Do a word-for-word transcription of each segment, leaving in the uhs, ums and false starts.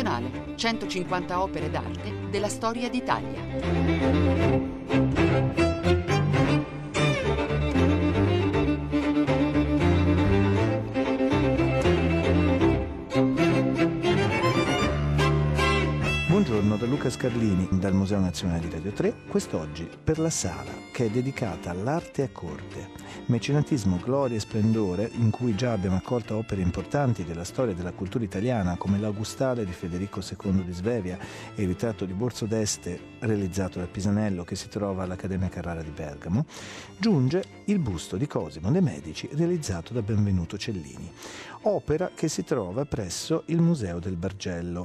Nazionale, centocinquanta opere d'arte della storia d'Italia. Buongiorno da Luca Scarlini dal Museo Nazionale di Radio tre, quest'oggi per la sala che è dedicata all'arte a corte, mecenatismo, gloria e splendore, in cui già abbiamo accolto opere importanti della storia e della cultura italiana come l'Augustale di Federico secondo di Svevia e il ritratto di Borso d'Este realizzato da Pisanello che si trova all'Accademia Carrara di Bergamo, giunge il busto di Cosimo de' Medici realizzato da Benvenuto Cellini, opera che si trova presso il Museo del Bargello.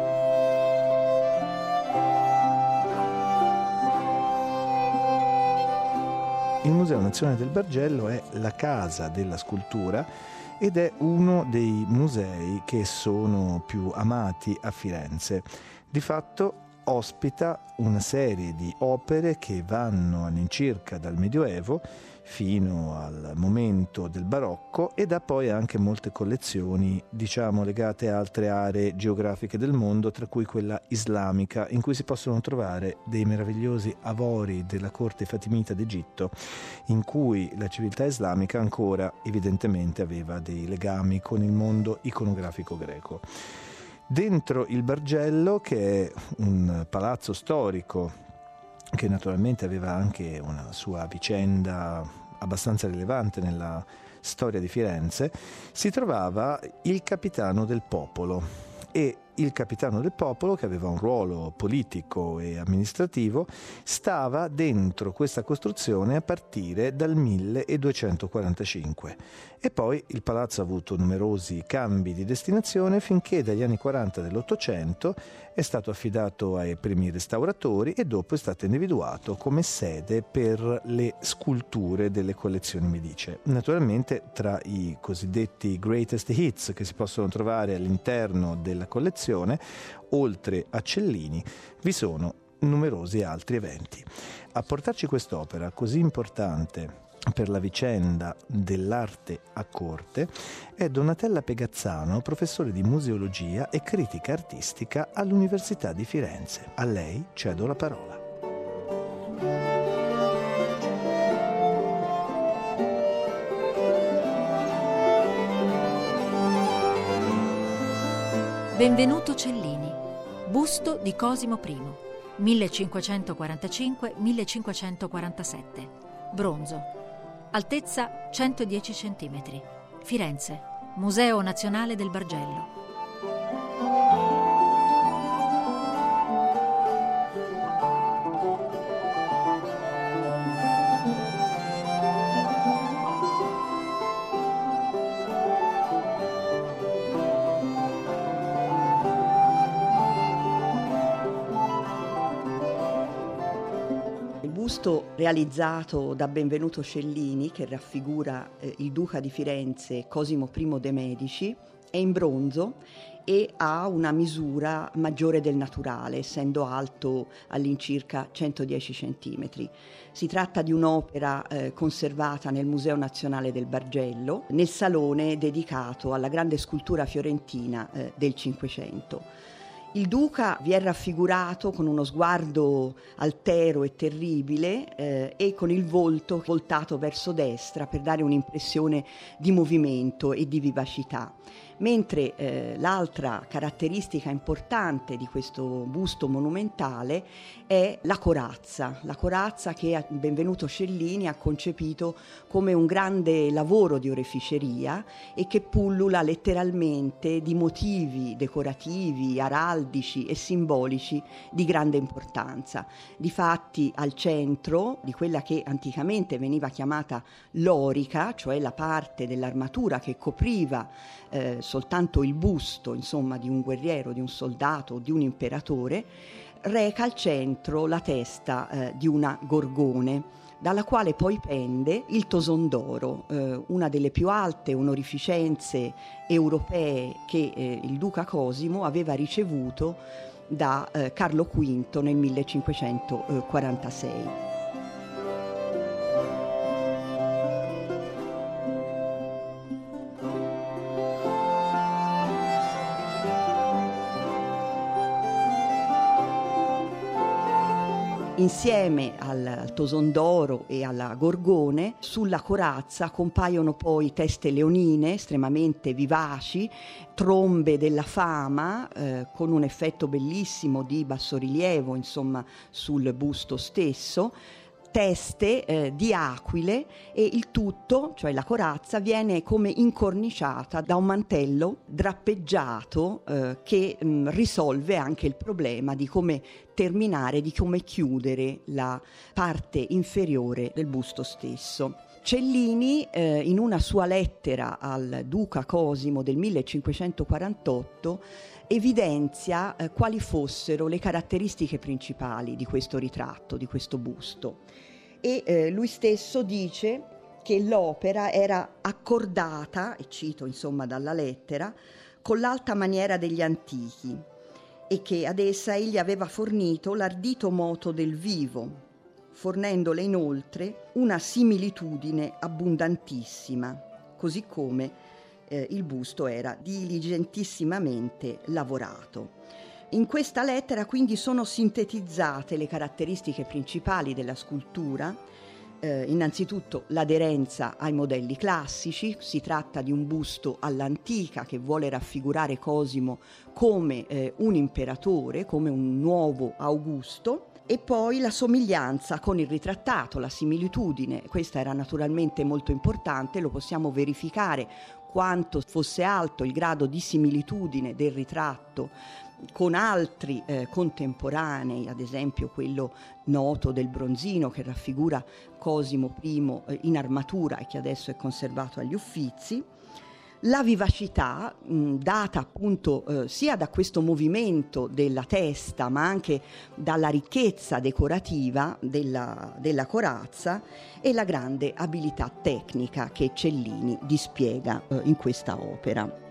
Il Museo Nazionale del Bargello è la casa della scultura ed è uno dei musei che sono più amati a Firenze. Di fatto ospita una serie di opere che vanno all'incirca dal Medioevo fino al momento del Barocco ed ha poi anche molte collezioni, diciamo, legate a altre aree geografiche del mondo, tra cui quella islamica, in cui si possono trovare dei meravigliosi avori della corte fatimita d'Egitto, in cui la civiltà islamica ancora evidentemente aveva dei legami con il mondo iconografico greco. Dentro il Bargello, che è un palazzo storico che naturalmente aveva anche una sua vicenda abbastanza rilevante nella storia di Firenze, si trovava il capitano del popolo. E il capitano del popolo, che aveva un ruolo politico e amministrativo, stava dentro questa costruzione a partire dal milleduecentoquarantacinque. E poi il palazzo ha avuto numerosi cambi di destinazione finché dagli anni quaranta dell'Ottocento è stato affidato ai primi restauratori e dopo è stato individuato come sede per le sculture delle collezioni medicee. Naturalmente tra i cosiddetti greatest hits che si possono trovare all'interno della collezione, oltre a Cellini, vi sono numerosi altri eventi. A portarci quest'opera così importante per la vicenda dell'arte a corte è Donatella Pegazzano, professore di museologia e critica artistica all'Università di Firenze. A lei cedo la parola. Benvenuto Cellini, busto di Cosimo I, millecinquecentoquarantacinque millecinquecentoquarantasette, bronzo, altezza centodieci centimetri, Firenze, Museo Nazionale del Bargello. Realizzato da Benvenuto Cellini, che raffigura eh, il duca di Firenze Cosimo I de' Medici, è in bronzo e ha una misura maggiore del naturale, essendo alto all'incirca centodieci centimetri. Si tratta di un'opera eh, conservata nel Museo Nazionale del Bargello, nel salone dedicato alla grande scultura fiorentina eh, del Cinquecento. Il duca vi è raffigurato con uno sguardo altero e terribile eh, e con il volto voltato verso destra per dare un'impressione di movimento e di vivacità. Mentre eh, l'altra caratteristica importante di questo busto monumentale è la corazza, la corazza che Benvenuto Cellini ha concepito come un grande lavoro di oreficeria e che pullula letteralmente di motivi decorativi, araldici e simbolici di grande importanza. Difatti al centro di quella che anticamente veniva chiamata lorica, cioè la parte dell'armatura che copriva eh, soltanto il busto, insomma, di un guerriero, di un soldato, di un imperatore, reca al centro la testa eh, di una gorgone, dalla quale poi pende il Toson d'Oro, eh, una delle più alte onorificenze europee che eh, il duca Cosimo aveva ricevuto da eh, Carlo V nel millecinquecentoquarantasei. Insieme al Tosondoro e alla Gorgone, sulla corazza compaiono poi teste leonine estremamente vivaci, trombe della fama eh, con un effetto bellissimo di bassorilievo, insomma, sul busto stesso, teste eh, di aquile, e il tutto, cioè la corazza, viene come incorniciata da un mantello drappeggiato eh, che mh, risolve anche il problema di come terminare, di come chiudere la parte inferiore del busto stesso. Cellini eh, in una sua lettera al duca Cosimo del millecinquecentoquarantotto evidenzia eh, quali fossero le caratteristiche principali di questo ritratto, di questo busto, e eh, lui stesso dice che l'opera era accordata, e cito insomma dalla lettera, con l'alta maniera degli antichi, e che ad essa egli aveva fornito l'ardito moto del vivo, fornendole inoltre una similitudine abbondantissima, così come eh, il busto era diligentissimamente lavorato. In questa lettera quindi sono sintetizzate le caratteristiche principali della scultura. Eh, innanzitutto l'aderenza ai modelli classici, si tratta di un busto all'antica che vuole raffigurare Cosimo come eh, un imperatore, come un nuovo Augusto, e poi la somiglianza con il ritrattato, la similitudine. Questa era naturalmente molto importante, lo possiamo verificare quanto fosse alto il grado di similitudine del ritratto con altri eh, contemporanei, ad esempio quello noto del Bronzino che raffigura Cosimo I eh, in armatura e che adesso è conservato agli Uffizi. La vivacità mh, data appunto eh, sia da questo movimento della testa ma anche dalla ricchezza decorativa della, della corazza, e la grande abilità tecnica che Cellini dispiega eh, in questa opera.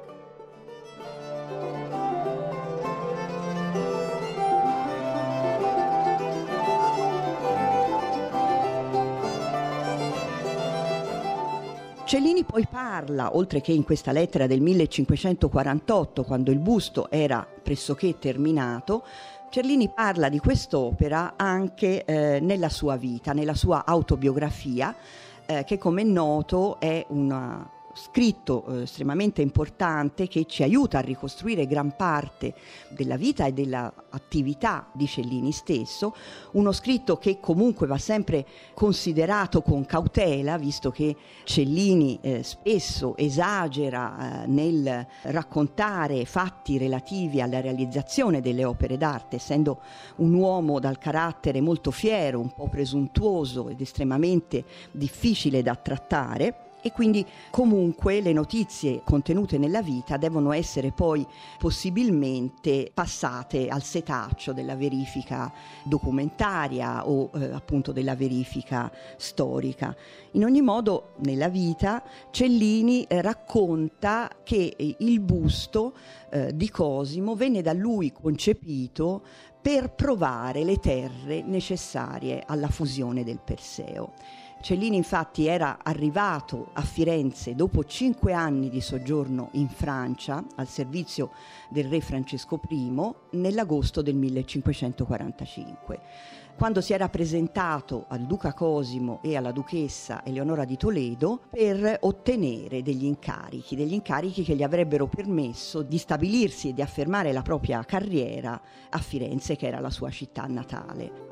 Cellini poi parla, oltre che in questa lettera del millecinquecentoquarantotto, quando il busto era pressoché terminato, Cellini parla di quest'opera anche eh, nella sua vita, nella sua autobiografia, eh, che come è noto è una scritto eh, estremamente importante che ci aiuta a ricostruire gran parte della vita e dell'attività di Cellini stesso, uno scritto che comunque va sempre considerato con cautela, visto che Cellini eh, spesso esagera eh, nel raccontare fatti relativi alla realizzazione delle opere d'arte, essendo un uomo dal carattere molto fiero, un po' presuntuoso ed estremamente difficile da trattare. E quindi comunque le notizie contenute nella vita devono essere poi possibilmente passate al setaccio della verifica documentaria o eh, appunto della verifica storica. In ogni modo, nella vita Cellini eh, racconta che eh, il busto eh, di Cosimo venne da lui concepito per provare le terre necessarie alla fusione del Perseo. Cellini infatti era arrivato a Firenze dopo cinque anni di soggiorno in Francia al servizio del re Francesco I nell'agosto del millecinquecentoquarantacinque. Quando si era presentato al duca Cosimo e alla duchessa Eleonora di Toledo per ottenere degli incarichi, degli incarichi che gli avrebbero permesso di stabilirsi e di affermare la propria carriera a Firenze, che era la sua città natale.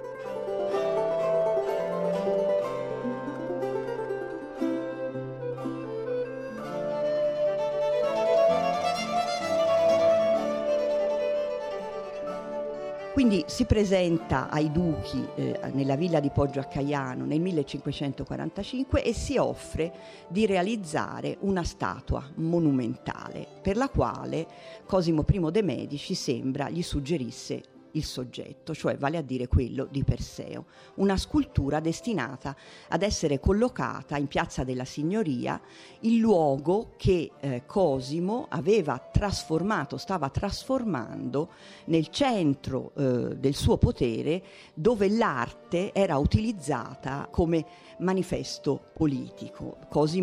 Quindi si presenta ai duchi eh, nella villa di Poggio a Caiano nel millecinquecentoquarantacinque e si offre di realizzare una statua monumentale per la quale Cosimo I de' Medici sembra gli suggerisse il soggetto, cioè vale a dire quello di Perseo, una scultura destinata ad essere collocata in Piazza della Signoria, il luogo che eh, Cosimo aveva trasformato, stava trasformando nel centro eh, del suo potere, dove l'arte era utilizzata come manifesto politico. Cosimo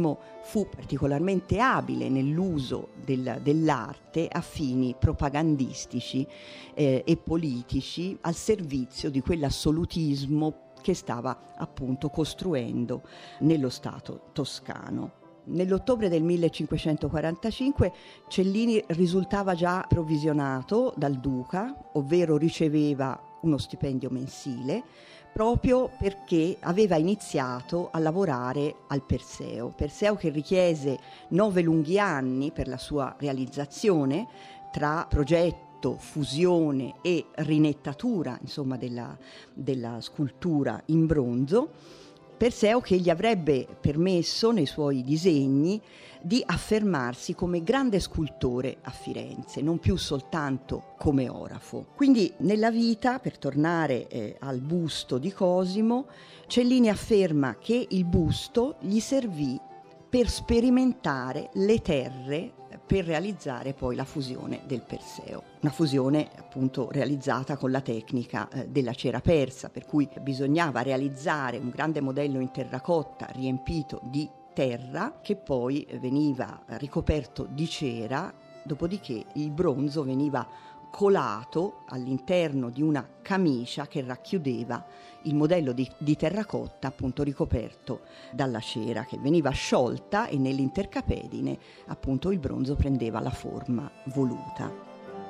fu particolarmente abile nell'uso del, dell'arte a fini propagandistici eh, e politici al servizio di quell'assolutismo che stava appunto costruendo nello Stato toscano. Nell'ottobre del millecinquecentoquarantacinque Cellini risultava già provvisionato dal duca, ovvero riceveva uno stipendio mensile, proprio perché aveva iniziato a lavorare al Perseo. Perseo che richiese nove lunghi anni per la sua realizzazione, tra progetto, fusione e rinettatura, insomma, della, della scultura in bronzo. Perseo che gli avrebbe permesso nei suoi disegni di affermarsi come grande scultore a Firenze, non più soltanto come orafo. Quindi nella vita, per tornare eh, al busto di Cosimo, Cellini afferma che il busto gli servì per sperimentare le terre per realizzare poi la fusione del Perseo. Una fusione appunto realizzata con la tecnica eh, della cera persa, per cui bisognava realizzare un grande modello in terracotta riempito di terra che poi veniva ricoperto di cera, dopodiché il bronzo veniva colato all'interno di una camicia che racchiudeva il modello di, di terracotta appunto ricoperto dalla cera, che veniva sciolta e nell'intercapedine appunto il bronzo prendeva la forma voluta.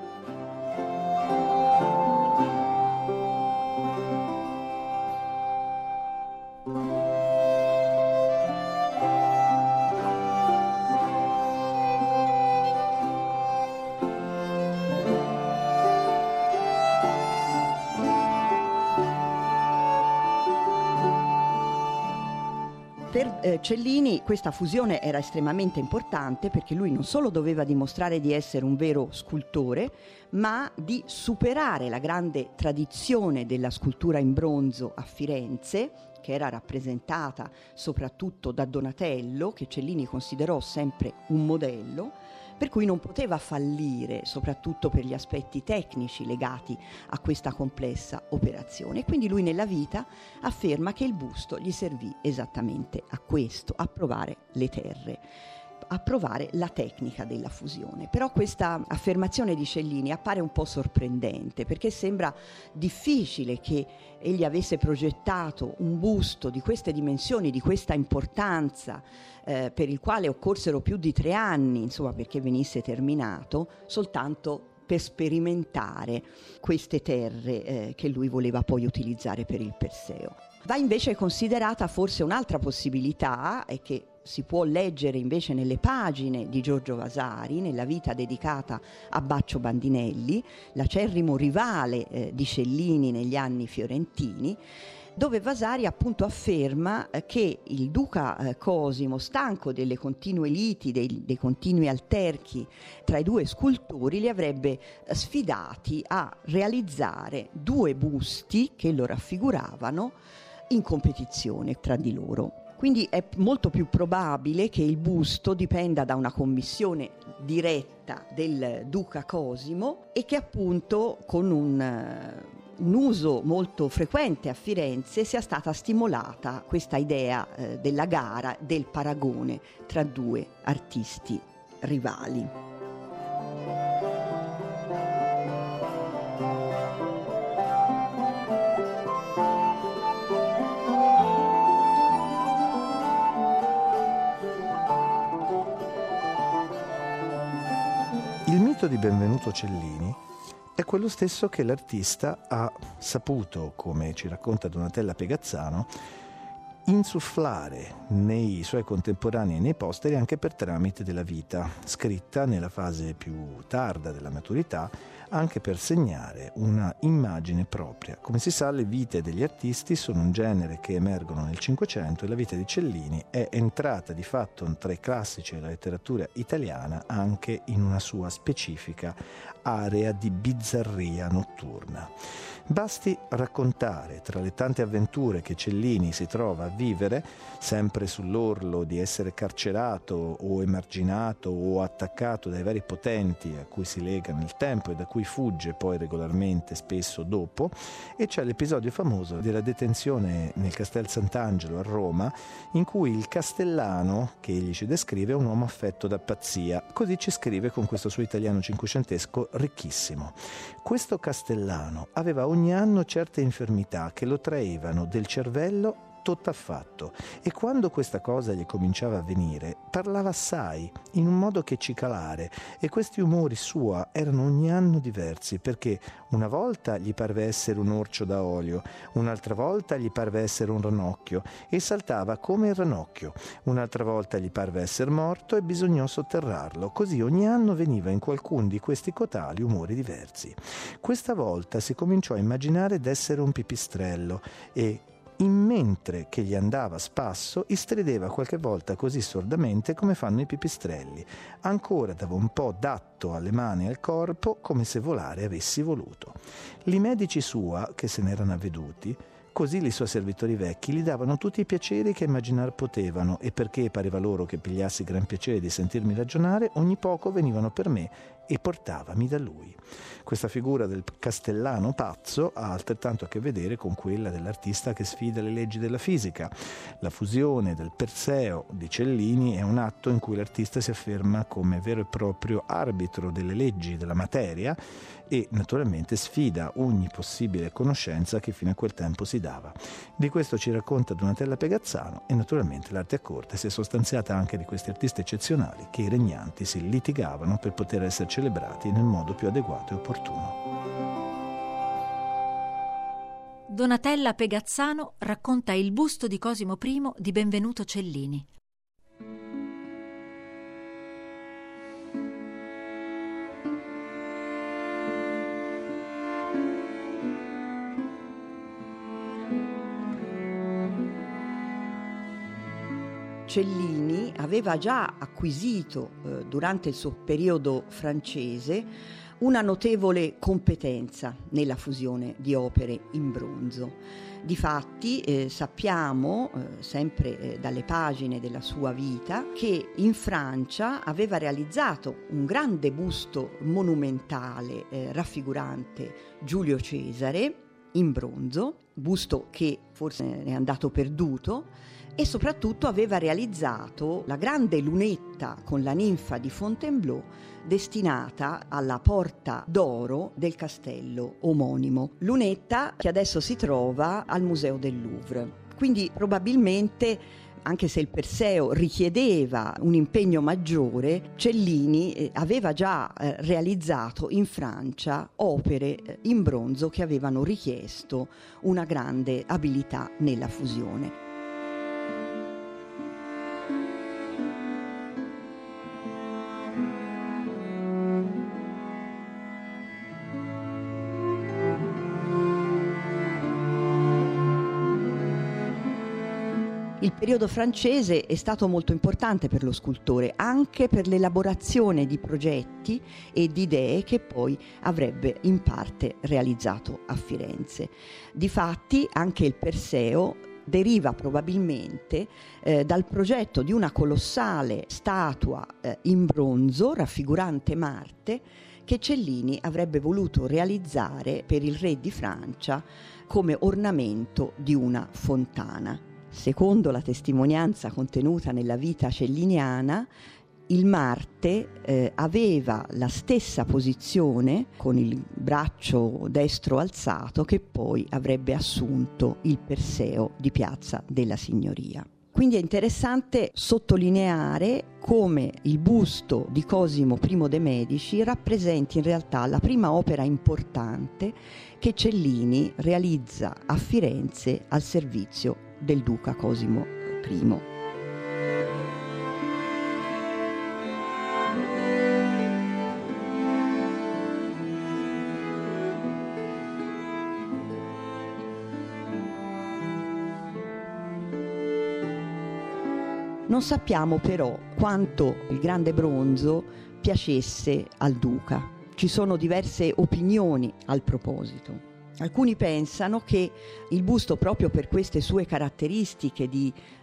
Per eh, Cellini questa fusione era estremamente importante perché lui non solo doveva dimostrare di essere un vero scultore, ma di superare la grande tradizione della scultura in bronzo a Firenze, che era rappresentata soprattutto da Donatello, che Cellini considerò sempre un modello, per cui non poteva fallire, soprattutto per gli aspetti tecnici legati a questa complessa operazione. Quindi lui nella vita afferma che il busto gli servì esattamente a questo, a provare le terre, a provare la tecnica della fusione. Però questa affermazione di Cellini appare un po' sorprendente, perché sembra difficile che egli avesse progettato un busto di queste dimensioni, di questa importanza, eh, per il quale occorsero più di tre anni, insomma, perché venisse terminato, soltanto per sperimentare queste terre eh, che lui voleva poi utilizzare per il Perseo. Va invece considerata forse un'altra possibilità, e che si può leggere invece nelle pagine di Giorgio Vasari, nella vita dedicata a Baccio Bandinelli, l'acerrimo rivale eh, di Cellini negli anni fiorentini, dove Vasari appunto afferma eh, che il duca eh, Cosimo, stanco delle continue liti, dei, dei continui alterchi tra i due scultori, li avrebbe eh, sfidati a realizzare due busti che lo raffiguravano in competizione tra di loro. Quindi è molto più probabile che il busto dipenda da una commissione diretta del duca Cosimo e che appunto con un, un uso molto frequente a Firenze sia stata stimolata questa idea eh, della gara, del paragone tra due artisti rivali. Il mito di Benvenuto Cellini è quello stesso che l'artista ha saputo, come ci racconta Donatella Pegazzano, insufflare nei suoi contemporanei e nei posteri anche per tramite della vita, scritta nella fase più tarda della maturità, anche per segnare una immagine propria. Come si sa, le vite degli artisti sono un genere che emergono nel Cinquecento e la vita di Cellini è entrata di fatto tra i classici della letteratura italiana anche in una sua specifica area di bizzarria notturna. Basti raccontare, tra le tante avventure che Cellini si trova a vivere, sempre sull'orlo di essere carcerato o emarginato o attaccato dai vari potenti a cui si lega nel tempo e da cui cui fugge poi regolarmente, spesso dopo, e c'è l'episodio famoso della detenzione nel Castel Sant'Angelo a Roma, in cui il castellano che egli ci descrive è un uomo affetto da pazzia. Così ci scrive con questo suo italiano cinquecentesco ricchissimo. Questo castellano aveva ogni anno certe infermità che lo traevano del cervello tutt'affatto, e quando questa cosa gli cominciava a venire parlava assai, in un modo che cicalare, e questi umori sua erano ogni anno diversi, perché una volta gli parve essere un orcio da olio, un'altra volta gli parve essere un ranocchio e saltava come il ranocchio, un'altra volta gli parve essere morto e bisognò sotterrarlo. Così ogni anno veniva in qualcun di questi cotali umori diversi. Questa volta si cominciò a immaginare d'essere un pipistrello e in mentre che gli andava a spasso istrideva qualche volta così sordamente come fanno i pipistrelli. Ancora dava un po' d'atto alle mani e al corpo, come se volare avessi voluto. I medici sua, che se n'erano avveduti, così i suoi servitori vecchi, gli davano tutti i piaceri che immaginar potevano, e perché pareva loro che pigliassi gran piacere di sentirmi ragionare, ogni poco venivano per me e portavami da lui. Questa figura del castellano pazzo ha altrettanto a che vedere con quella dell'artista che sfida le leggi della fisica. La fusione del Perseo di Cellini è un atto in cui l'artista si afferma come vero e proprio arbitro delle leggi della materia e naturalmente sfida ogni possibile conoscenza che fino a quel tempo si dava. Di questo ci racconta Donatella Pegazzano, e naturalmente l'arte a corte si è sostanziata anche di questi artisti eccezionali che i regnanti si litigavano per poter essere celebrati nel modo più adeguato e opportuno. Donatella Pegazzano racconta il busto di Cosimo primo di Benvenuto Cellini. Cellini aveva già acquisito eh, durante il suo periodo francese una notevole competenza nella fusione di opere in bronzo. Difatti eh, sappiamo, eh, sempre eh, dalle pagine della sua vita, che in Francia aveva realizzato un grande busto monumentale eh, raffigurante Giulio Cesare in bronzo, busto che forse è andato perduto, e soprattutto aveva realizzato la grande lunetta con la ninfa di Fontainebleau destinata alla porta d'oro del castello omonimo, lunetta che adesso si trova al Museo del Louvre. Quindi probabilmente, anche se il Perseo richiedeva un impegno maggiore, Cellini eh, aveva già eh, realizzato in Francia opere eh, in bronzo che avevano richiesto una grande abilità nella fusione. Il periodo francese è stato molto importante per lo scultore, anche per l'elaborazione di progetti e di idee che poi avrebbe in parte realizzato a Firenze. Difatti anche il Perseo deriva probabilmente eh, dal progetto di una colossale statua eh, in bronzo raffigurante Marte che Cellini avrebbe voluto realizzare per il re di Francia come ornamento di una fontana. Secondo la testimonianza contenuta nella vita celliniana, il Marte eh, aveva la stessa posizione con il braccio destro alzato che poi avrebbe assunto il Perseo di Piazza della Signoria. Quindi è interessante sottolineare come il busto di Cosimo primo de' Medici rappresenti in realtà la prima opera importante che Cellini realizza a Firenze al servizio del duca Cosimo primo. Non sappiamo però quanto il grande bronzo piacesse al duca. Ci sono diverse opinioni al proposito. Alcuni pensano che il busto, proprio per queste sue caratteristiche di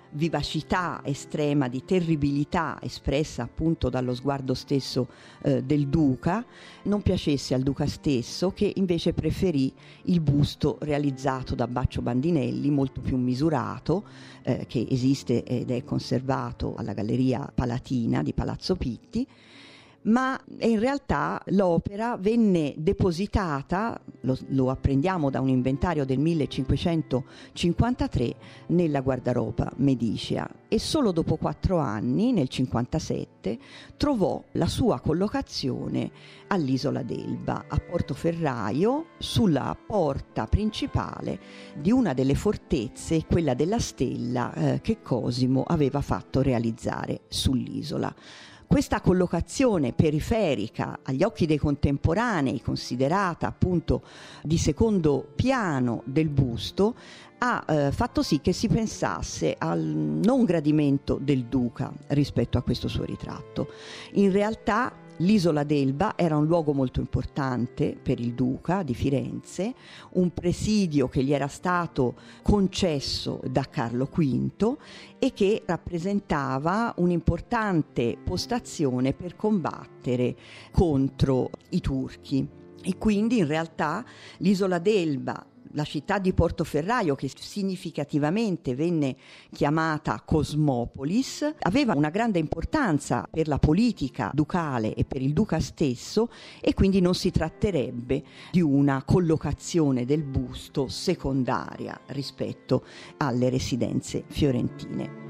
vivacità estrema, di terribilità espressa appunto dallo sguardo stesso eh, del duca, non piacesse al duca stesso, che invece preferì il busto realizzato da Baccio Bandinelli, molto più misurato, eh, che esiste ed è conservato alla Galleria Palatina di Palazzo Pitti. Ma in realtà l'opera venne depositata, lo, lo apprendiamo da un inventario del millecinquecentocinquantatré, nella guardaroba medicea, e solo dopo quattro anni, nel cinquantasette, trovò la sua collocazione all'Isola d'Elba, a Portoferraio, sulla porta principale di una delle fortezze, quella della Stella, eh, che Cosimo aveva fatto realizzare sull'isola. Questa collocazione periferica agli occhi dei contemporanei, considerata appunto di secondo piano del busto, ha eh, fatto sì che si pensasse al non gradimento del duca rispetto a questo suo ritratto. In realtà l'Isola d'Elba era un luogo molto importante per il duca di Firenze, un presidio che gli era stato concesso da Carlo quinto e che rappresentava un'importante postazione per combattere contro i turchi. E quindi in realtà l'Isola d'Elba, la città di Portoferraio, che significativamente venne chiamata Cosmopolis, aveva una grande importanza per la politica ducale e per il duca stesso, e quindi non si tratterebbe di una collocazione del busto secondaria rispetto alle residenze fiorentine.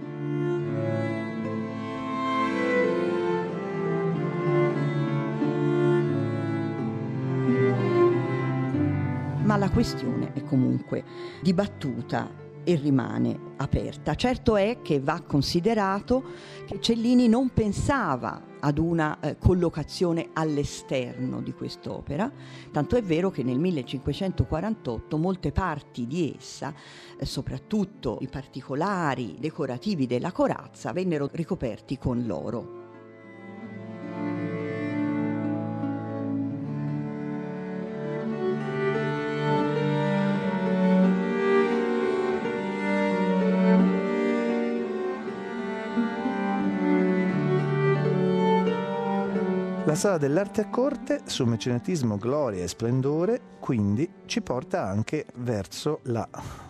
Ma la questione è comunque dibattuta e rimane aperta. Certo è che va considerato che Cellini non pensava ad una eh, collocazione all'esterno di quest'opera, tanto è vero che nel millecinquecentoquarantotto molte parti di essa, eh, soprattutto i particolari decorativi della corazza, vennero ricoperti con l'oro. La Sala dell'Arte a Corte, su Mecenatismo, Gloria e Splendore, quindi ci porta anche verso la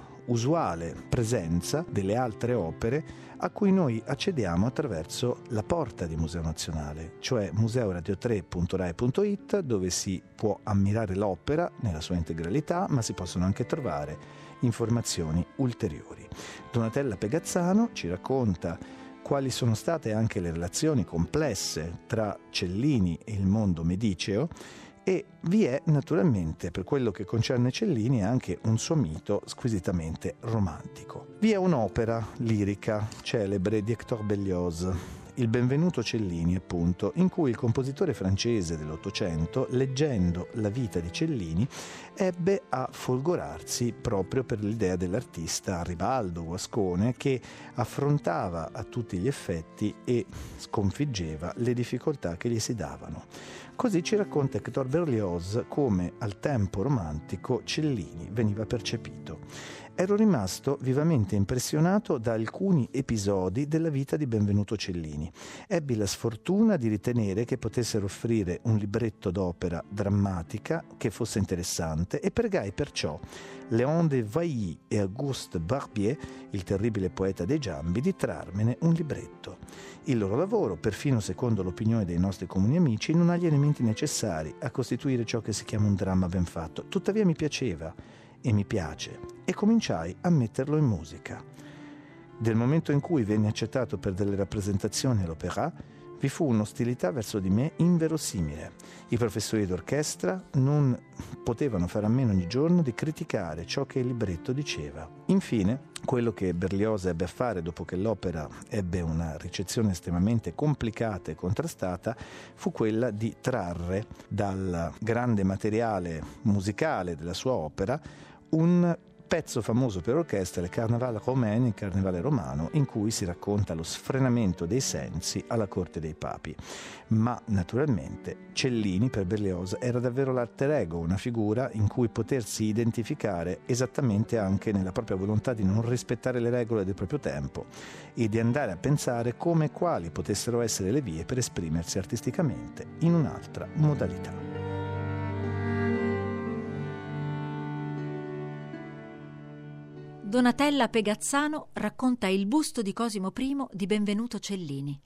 usuale presenza delle altre opere a cui noi accediamo attraverso la porta di Museo Nazionale, cioè museo radio tre punto rai punto it, dove si può ammirare l'opera nella sua integralità, ma si possono anche trovare informazioni ulteriori. Donatella Pegazzano ci racconta quali sono state anche le relazioni complesse tra Cellini e il mondo mediceo, e vi è naturalmente, per quello che concerne Cellini, anche un suo mito squisitamente romantico. Vi è un'opera lirica celebre di Hector Berlioz, Il benvenuto Cellini, appunto, in cui il compositore francese dell'Ottocento, leggendo la vita di Cellini, ebbe a folgorarsi proprio per l'idea dell'artista ribaldo, guascone, che affrontava a tutti gli effetti e sconfiggeva le difficoltà che gli si davano. Così ci racconta Hector Berlioz come al tempo romantico Cellini veniva percepito. Ero rimasto vivamente impressionato da alcuni episodi della vita di Benvenuto Cellini. Ebbi la sfortuna di ritenere che potessero offrire un libretto d'opera drammatica che fosse interessante, e pregai perciò Léon de Vailly e Auguste Barbier, il terribile poeta dei Giambi, di trarmene un libretto. Il loro lavoro, perfino secondo l'opinione dei nostri comuni amici, non ha gli elementi necessari a costituire ciò che si chiama un dramma ben fatto. Tuttavia mi piaceva e mi piace, e cominciai a metterlo in musica. Del momento in cui venne accettato per delle rappresentazioni all'Opéra, vi fu un'ostilità verso di me inverosimile. I professori d'orchestra non potevano fare a meno ogni giorno di criticare ciò che il libretto diceva. Infine, quello che Berlioz ebbe a fare dopo che l'opera ebbe una ricezione estremamente complicata e contrastata fu quella di trarre dal grande materiale musicale della sua opera un pezzo famoso per orchestra è il Carnaval romain, il Carnevale romano, in cui si racconta lo sfrenamento dei sensi alla corte dei papi. Ma naturalmente Cellini per Berlioz era davvero l'alter ego, una figura in cui potersi identificare esattamente anche nella propria volontà di non rispettare le regole del proprio tempo e di andare a pensare come e quali potessero essere le vie per esprimersi artisticamente in un'altra modalità. Donatella Pegazzano racconta Il busto di Cosimo I di Benvenuto Cellini.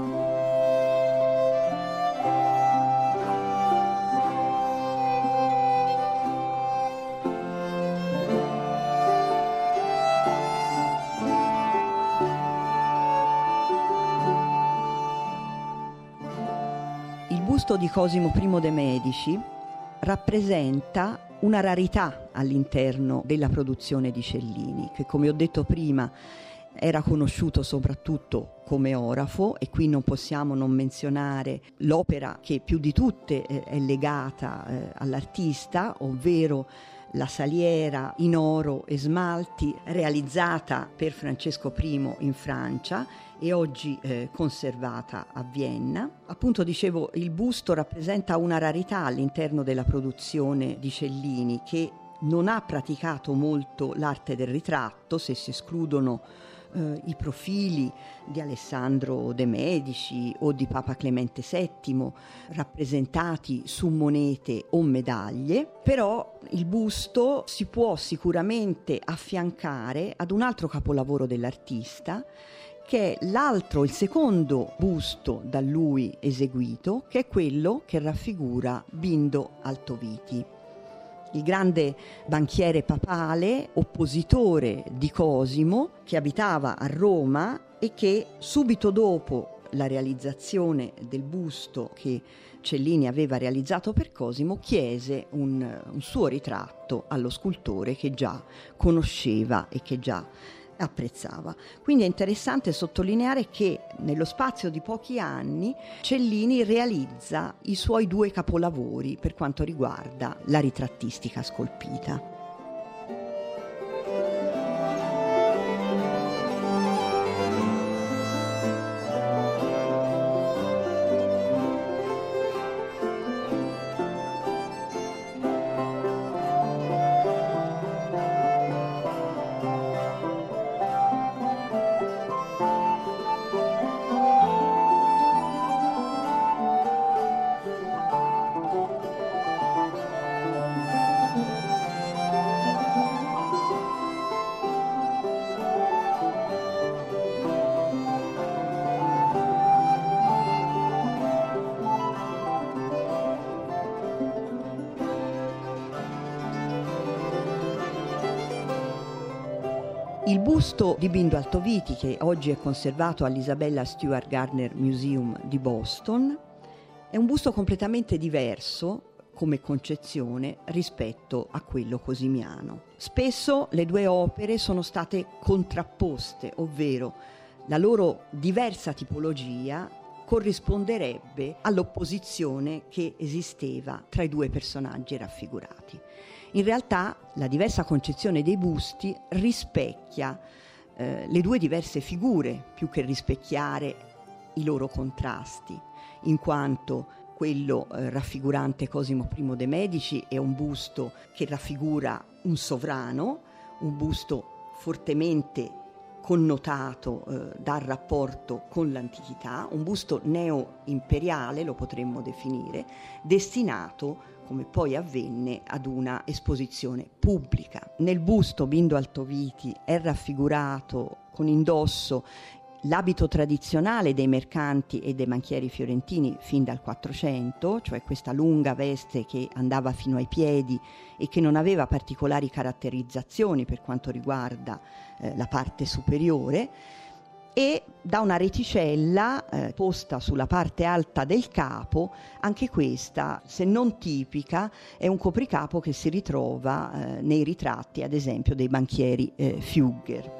Il busto di Cosimo I de' Medici rappresenta una rarità all'interno della produzione di Cellini, che come ho detto prima era conosciuto soprattutto come orafo, e qui non possiamo non menzionare l'opera che più di tutte eh, è legata eh, all'artista, ovvero la saliera in oro e smalti realizzata per Francesco I in Francia e oggi eh, conservata a Vienna. Appunto, dicevo, il busto rappresenta una rarità all'interno della produzione di Cellini, che non ha praticato molto l'arte del ritratto, se si escludono eh, i profili di Alessandro de' Medici o di Papa Clemente settimo rappresentati su monete o medaglie. Però il busto si può sicuramente affiancare ad un altro capolavoro dell'artista, che è l'altro, il secondo busto da lui eseguito, che è quello che raffigura Bindo Altoviti, il grande banchiere papale, oppositore di Cosimo, che abitava a Roma e che subito dopo la realizzazione del busto che Cellini aveva realizzato per Cosimo chiese un, un suo ritratto allo scultore che già conosceva e che già apprezzava. Quindi è interessante sottolineare che nello spazio di pochi anni Cellini realizza i suoi due capolavori per quanto riguarda la ritrattistica scolpita. Il busto di Bindo Altoviti, che oggi è conservato all'Isabella Stewart Gardner Museum di Boston, è un busto completamente diverso come concezione rispetto a quello cosimiano. Spesso le due opere sono state contrapposte, ovvero la loro diversa tipologia corrisponderebbe all'opposizione che esisteva tra i due personaggi raffigurati. In realtà la diversa concezione dei busti rispecchia eh, le due diverse figure più che rispecchiare i loro contrasti, in quanto quello eh, raffigurante Cosimo I de' Medici è un busto che raffigura un sovrano, un busto fortemente connotato eh, dal rapporto con l'antichità, un busto neo-imperiale, lo potremmo definire, destinato, come poi avvenne, ad una esposizione pubblica. Nel busto Bindo Altoviti è raffigurato con indosso l'abito tradizionale dei mercanti e dei banchieri fiorentini fin dal Quattrocento, cioè questa lunga veste che andava fino ai piedi e che non aveva particolari caratterizzazioni per quanto riguarda eh, la parte superiore, e da una reticella eh, posta sulla parte alta del capo. Anche questa, se non tipica, è un copricapo che si ritrova eh, nei ritratti, ad esempio, dei banchieri eh, Fugger.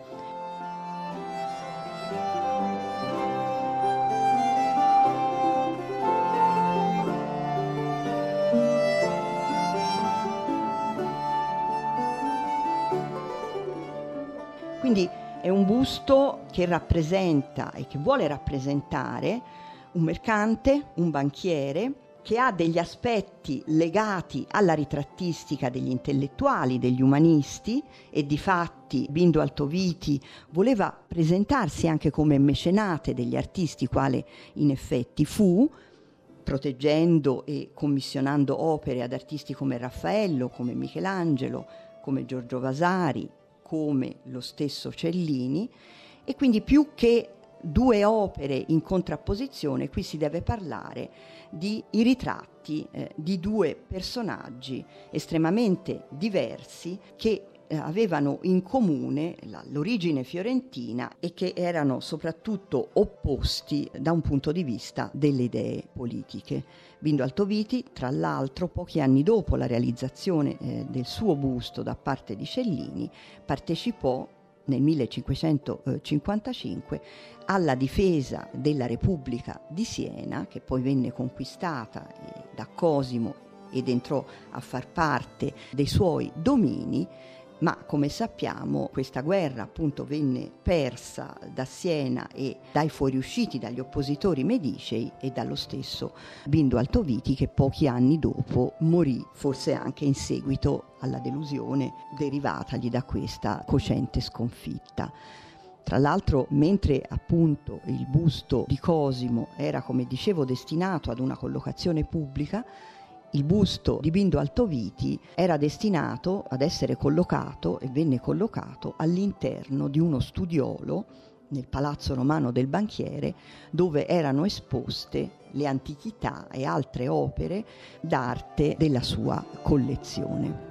È un busto che rappresenta e che vuole rappresentare un mercante, un banchiere, che ha degli aspetti legati alla ritrattistica degli intellettuali, degli umanisti, e difatti Bindo Altoviti voleva presentarsi anche come mecenate degli artisti, quale in effetti fu, proteggendo e commissionando opere ad artisti come Raffaello, come Michelangelo, come Giorgio Vasari, come lo stesso Cellini. E quindi più che due opere in contrapposizione, qui si deve parlare di i ritratti eh, di due personaggi estremamente diversi che eh, avevano in comune la, l'origine fiorentina e che erano soprattutto opposti da un punto di vista delle idee politiche. Bindo Altoviti, tra l'altro, pochi anni dopo la realizzazione eh, del suo busto da parte di Cellini, partecipò nel millecinquecentocinquantacinque alla difesa della Repubblica di Siena, che poi venne conquistata eh, da Cosimo ed entrò a far parte dei suoi domini, ma come sappiamo questa guerra appunto venne persa da Siena e dai fuoriusciti, dagli oppositori medicei e dallo stesso Bindo Altoviti, che pochi anni dopo morì, forse anche in seguito alla delusione derivatagli da questa cocente sconfitta. Tra l'altro, mentre appunto il busto di Cosimo era, come dicevo, destinato ad una collocazione pubblica, il busto di Bindo Altoviti era destinato ad essere collocato e venne collocato all'interno di uno studiolo nel Palazzo Romano del Banchiere, dove erano esposte le antichità e altre opere d'arte della sua collezione.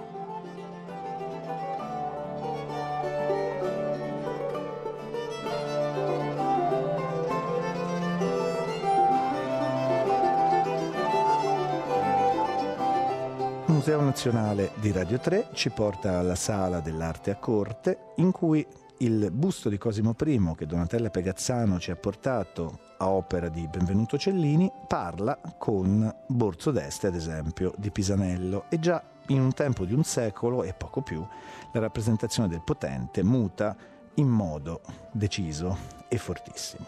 Il Museo Nazionale di Radio tre ci porta alla Sala dell'Arte a Corte, in cui il busto di Cosimo I, che Donatella Pegazzano ci ha portato a opera di Benvenuto Cellini, parla con Borzo d'Este, ad esempio, di Pisanello, e già in un tempo di un secolo e poco più la rappresentazione del potente muta in modo deciso e fortissimo.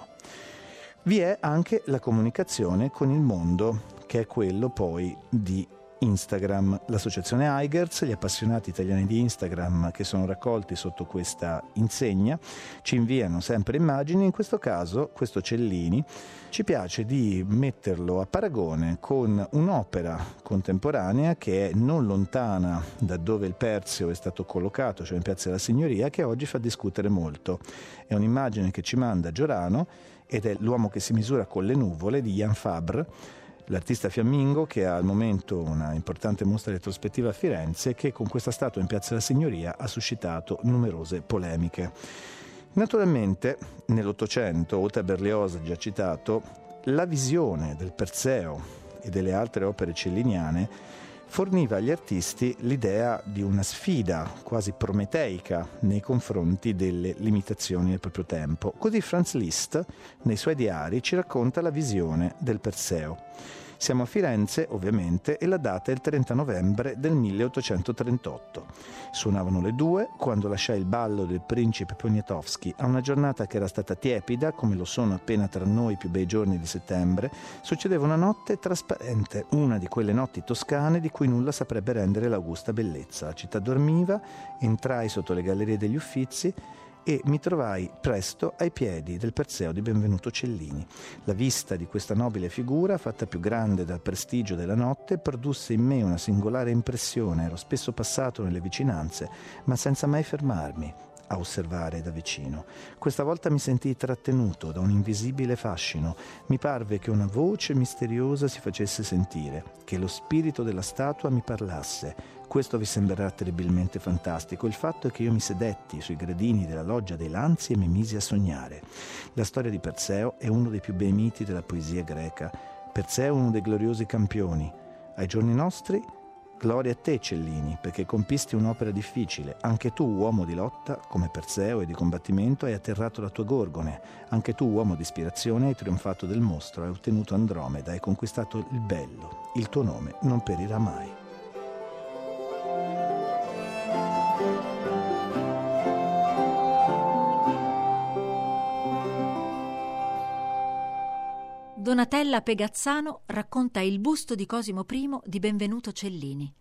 Vi è anche la comunicazione con il mondo, che è quello poi di Instagram. L'associazione Eigers, gli appassionati italiani di Instagram che sono raccolti sotto questa insegna, ci inviano sempre immagini. In questo caso questo Cellini ci piace di metterlo a paragone con un'opera contemporanea che è non lontana da dove il Perzio è stato collocato, cioè in Piazza della Signoria, che oggi fa discutere molto. È un'immagine che ci manda Giorano ed è L'uomo che si misura con le nuvole di Jan Fabre, l'artista fiammingo che ha al momento una importante mostra retrospettiva a Firenze e che con questa statua in Piazza della Signoria ha suscitato numerose polemiche. Naturalmente nell'Ottocento, oltre a Berlioz già citato, la visione del Perseo e delle altre opere celliniane forniva agli artisti l'idea di una sfida quasi prometeica nei confronti delle limitazioni del proprio tempo. Così Franz Liszt, nei suoi diari, ci racconta la visione del Perseo. Siamo a Firenze, ovviamente, e la data è il trenta novembre del milleottocentotrentotto. Suonavano le due quando lasciai il ballo del principe Poniatowski. A una giornata che era stata tiepida, come lo sono appena tra noi i più bei giorni di settembre, succedeva una notte trasparente, una di quelle notti toscane di cui nulla saprebbe rendere l'augusta bellezza. La città dormiva, entrai sotto le gallerie degli Uffizi e mi trovai presto ai piedi del Perseo di Benvenuto Cellini. La vista di questa nobile figura, fatta più grande dal prestigio della notte, produsse in me una singolare impressione. Ero spesso passato nelle vicinanze, ma senza mai fermarmi a osservare da vicino. Questa volta mi sentii trattenuto da un invisibile fascino. Mi parve che una voce misteriosa si facesse sentire, che lo spirito della statua mi parlasse. Questo vi sembrerà terribilmente fantastico. Il fatto è che io mi sedetti sui gradini della loggia dei Lanzi e mi misi a sognare. La storia di Perseo è uno dei più bei miti della poesia greca. Perseo è uno dei gloriosi campioni. Ai giorni nostri, gloria a te, Cellini, perché compisti un'opera difficile. Anche tu, uomo di lotta, come Perseo e di combattimento, hai atterrato la tua Gorgone. Anche tu, uomo di ispirazione, hai trionfato del mostro, hai ottenuto Andromeda, hai conquistato il bello. Il tuo nome non perirà mai. Donatella Pegazzano racconta Il busto di Cosimo I di Benvenuto Cellini.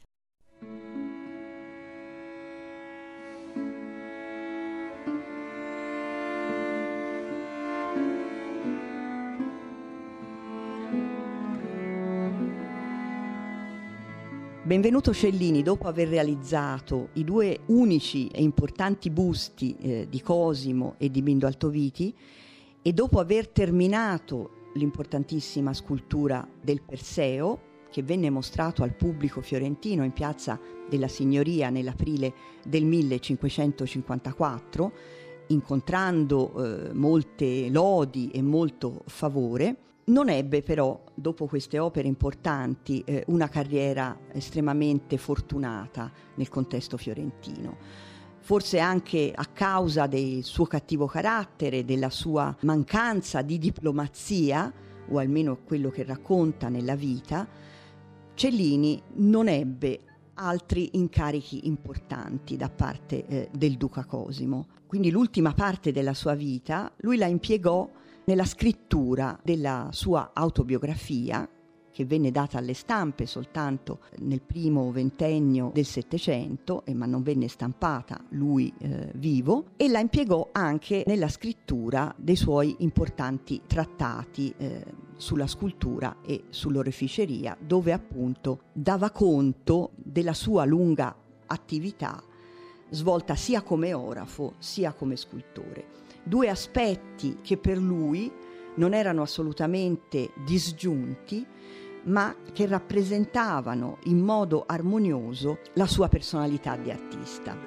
Benvenuto Cellini, dopo aver realizzato i due unici e importanti busti eh, di Cosimo e di Bindo Altoviti e dopo aver terminato l'importantissima scultura del Perseo, che venne mostrato al pubblico fiorentino in piazza della Signoria nell'aprile del millecinquecentocinquantaquattro, incontrando eh, molte lodi e molto favore, non ebbe però, dopo queste opere importanti, eh, una carriera estremamente fortunata nel contesto fiorentino. Forse anche a causa del suo cattivo carattere, della sua mancanza di diplomazia, o almeno quello che racconta nella vita, Cellini non ebbe altri incarichi importanti da parte eh, del duca Cosimo. Quindi l'ultima parte della sua vita lui la impiegò nella scrittura della sua autobiografia, che venne data alle stampe soltanto nel primo ventennio del Settecento, ma non venne stampata lui eh, vivo, e la impiegò anche nella scrittura dei suoi importanti trattati eh, sulla scultura e sull'oreficeria, dove appunto dava conto della sua lunga attività svolta sia come orafo sia come scultore. Due aspetti che per lui non erano assolutamente disgiunti, ma che rappresentavano in modo armonioso la sua personalità di artista.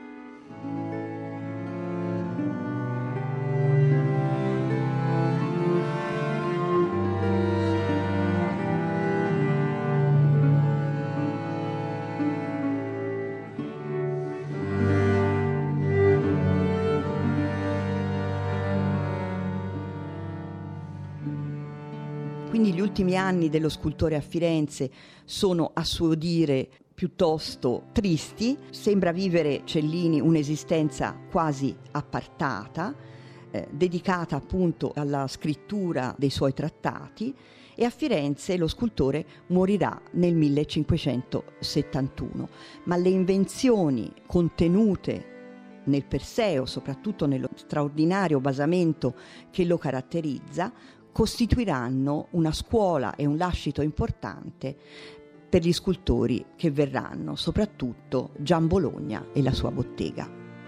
Quindi gli ultimi anni dello scultore a Firenze sono, a suo dire, piuttosto tristi. Sembra vivere Cellini un'esistenza quasi appartata, eh, dedicata appunto alla scrittura dei suoi trattati, e a Firenze lo scultore morirà nel millecinquecentosettantuno. Ma le invenzioni contenute nel Perseo, soprattutto nello straordinario basamento che lo caratterizza, costituiranno una scuola e un lascito importante per gli scultori che verranno, soprattutto Gian Bologna e la sua bottega.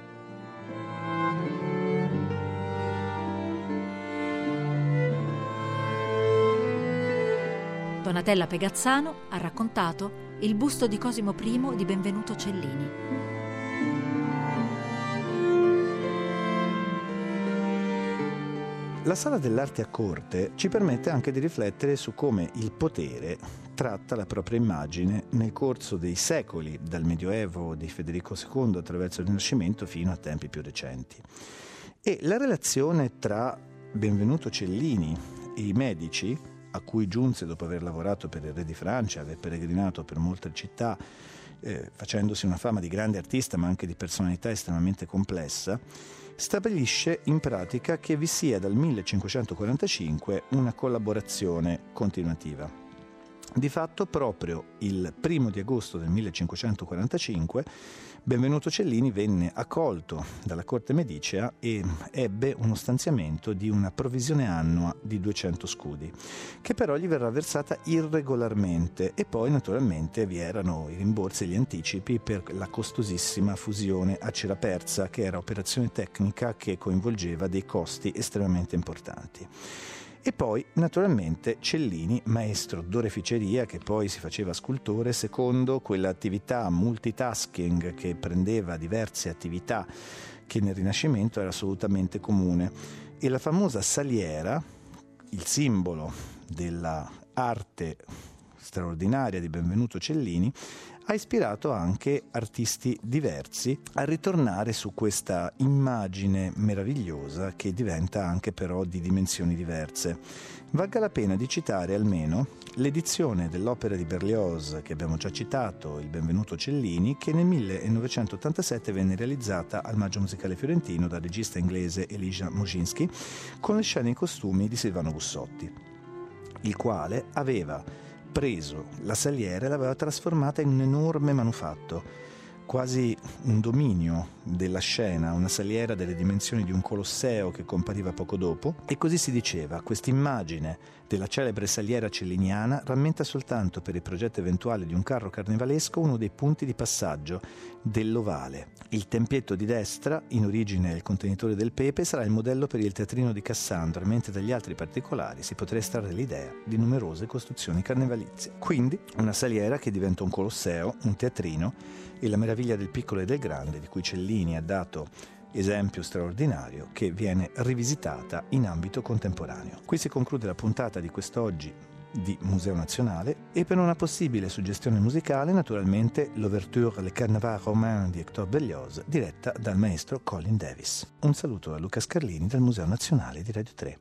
Donatella Pegazzano ha raccontato Il busto di Cosimo I di Benvenuto Cellini. La Sala dell'Arte a Corte ci permette anche di riflettere su come il potere tratta la propria immagine nel corso dei secoli, dal Medioevo di Federico secondo attraverso il Rinascimento fino a tempi più recenti. E la relazione tra Benvenuto Cellini e i Medici, a cui giunse dopo aver lavorato per il re di Francia, aver peregrinato per molte città, eh, facendosi una fama di grande artista ma anche di personalità estremamente complessa, stabilisce in pratica che vi sia dal millecinquecentoquarantacinque una collaborazione continuativa. Di fatto, proprio il primo di agosto del millecinquecentoquarantacinque, Benvenuto Cellini venne accolto dalla corte medicea e ebbe uno stanziamento di una provvisione annua di duecento scudi, che però gli verrà versata irregolarmente, e poi naturalmente vi erano i rimborsi e gli anticipi per la costosissima fusione a cera persa, che era operazione tecnica che coinvolgeva dei costi estremamente importanti. E poi, naturalmente, Cellini, maestro d'oreficeria, che poi si faceva scultore secondo quell'attività multitasking che prendeva diverse attività che nel Rinascimento era assolutamente comune. E la famosa saliera, il simbolo della arte straordinaria di Benvenuto Cellini, ha ispirato anche artisti diversi a ritornare su questa immagine meravigliosa, che diventa anche però di dimensioni diverse. Valga la pena di citare almeno l'edizione dell'opera di Berlioz che abbiamo già citato, Il Benvenuto Cellini, che nel millenovecentottantasette venne realizzata al Maggio Musicale Fiorentino dal regista inglese Elijah Moshinsky con le scene e i costumi di Silvano Bussotti. il quale aveva preso la saliera e l'aveva trasformata in un enorme manufatto, quasi un dominio della scena, una saliera delle dimensioni di un colosseo che compariva poco dopo, e così si diceva: quest'immagine della celebre saliera celliniana rammenta soltanto per il progetto eventuale di un carro carnevalesco uno dei punti di passaggio dell'ovale. Il tempietto di destra, in origine il contenitore del pepe, sarà il modello per il teatrino di Cassandra, mentre dagli altri particolari si potrà estrarre l'idea di numerose costruzioni carnevalizie. Quindi una saliera che diventa un colosseo, un teatrino, e la meraviglia del piccolo e del grande, di cui Cellini ha dato esempio straordinario, che viene rivisitata in ambito contemporaneo. Qui si conclude la puntata di quest'oggi di Museo Nazionale, e per una possibile suggestione musicale, naturalmente, l'ouverture Le Carnaval Romain di Hector Berlioz, diretta dal maestro Colin Davis. Un saluto da Luca Scarlini dal Museo Nazionale di Radio tre.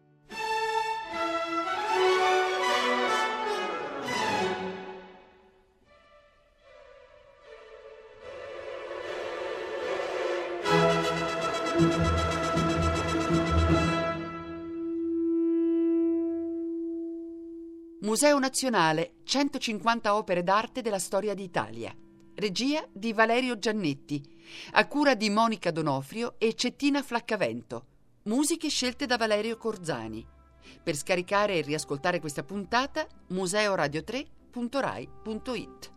Museo Nazionale, centocinquanta opere d'arte della storia d'Italia. Regia di Valerio Giannetti, a cura di Monica Donofrio e Cettina Flaccavento. Musiche scelte da Valerio Corzani. Per scaricare e riascoltare questa puntata, museo radio tre punto rai punto it.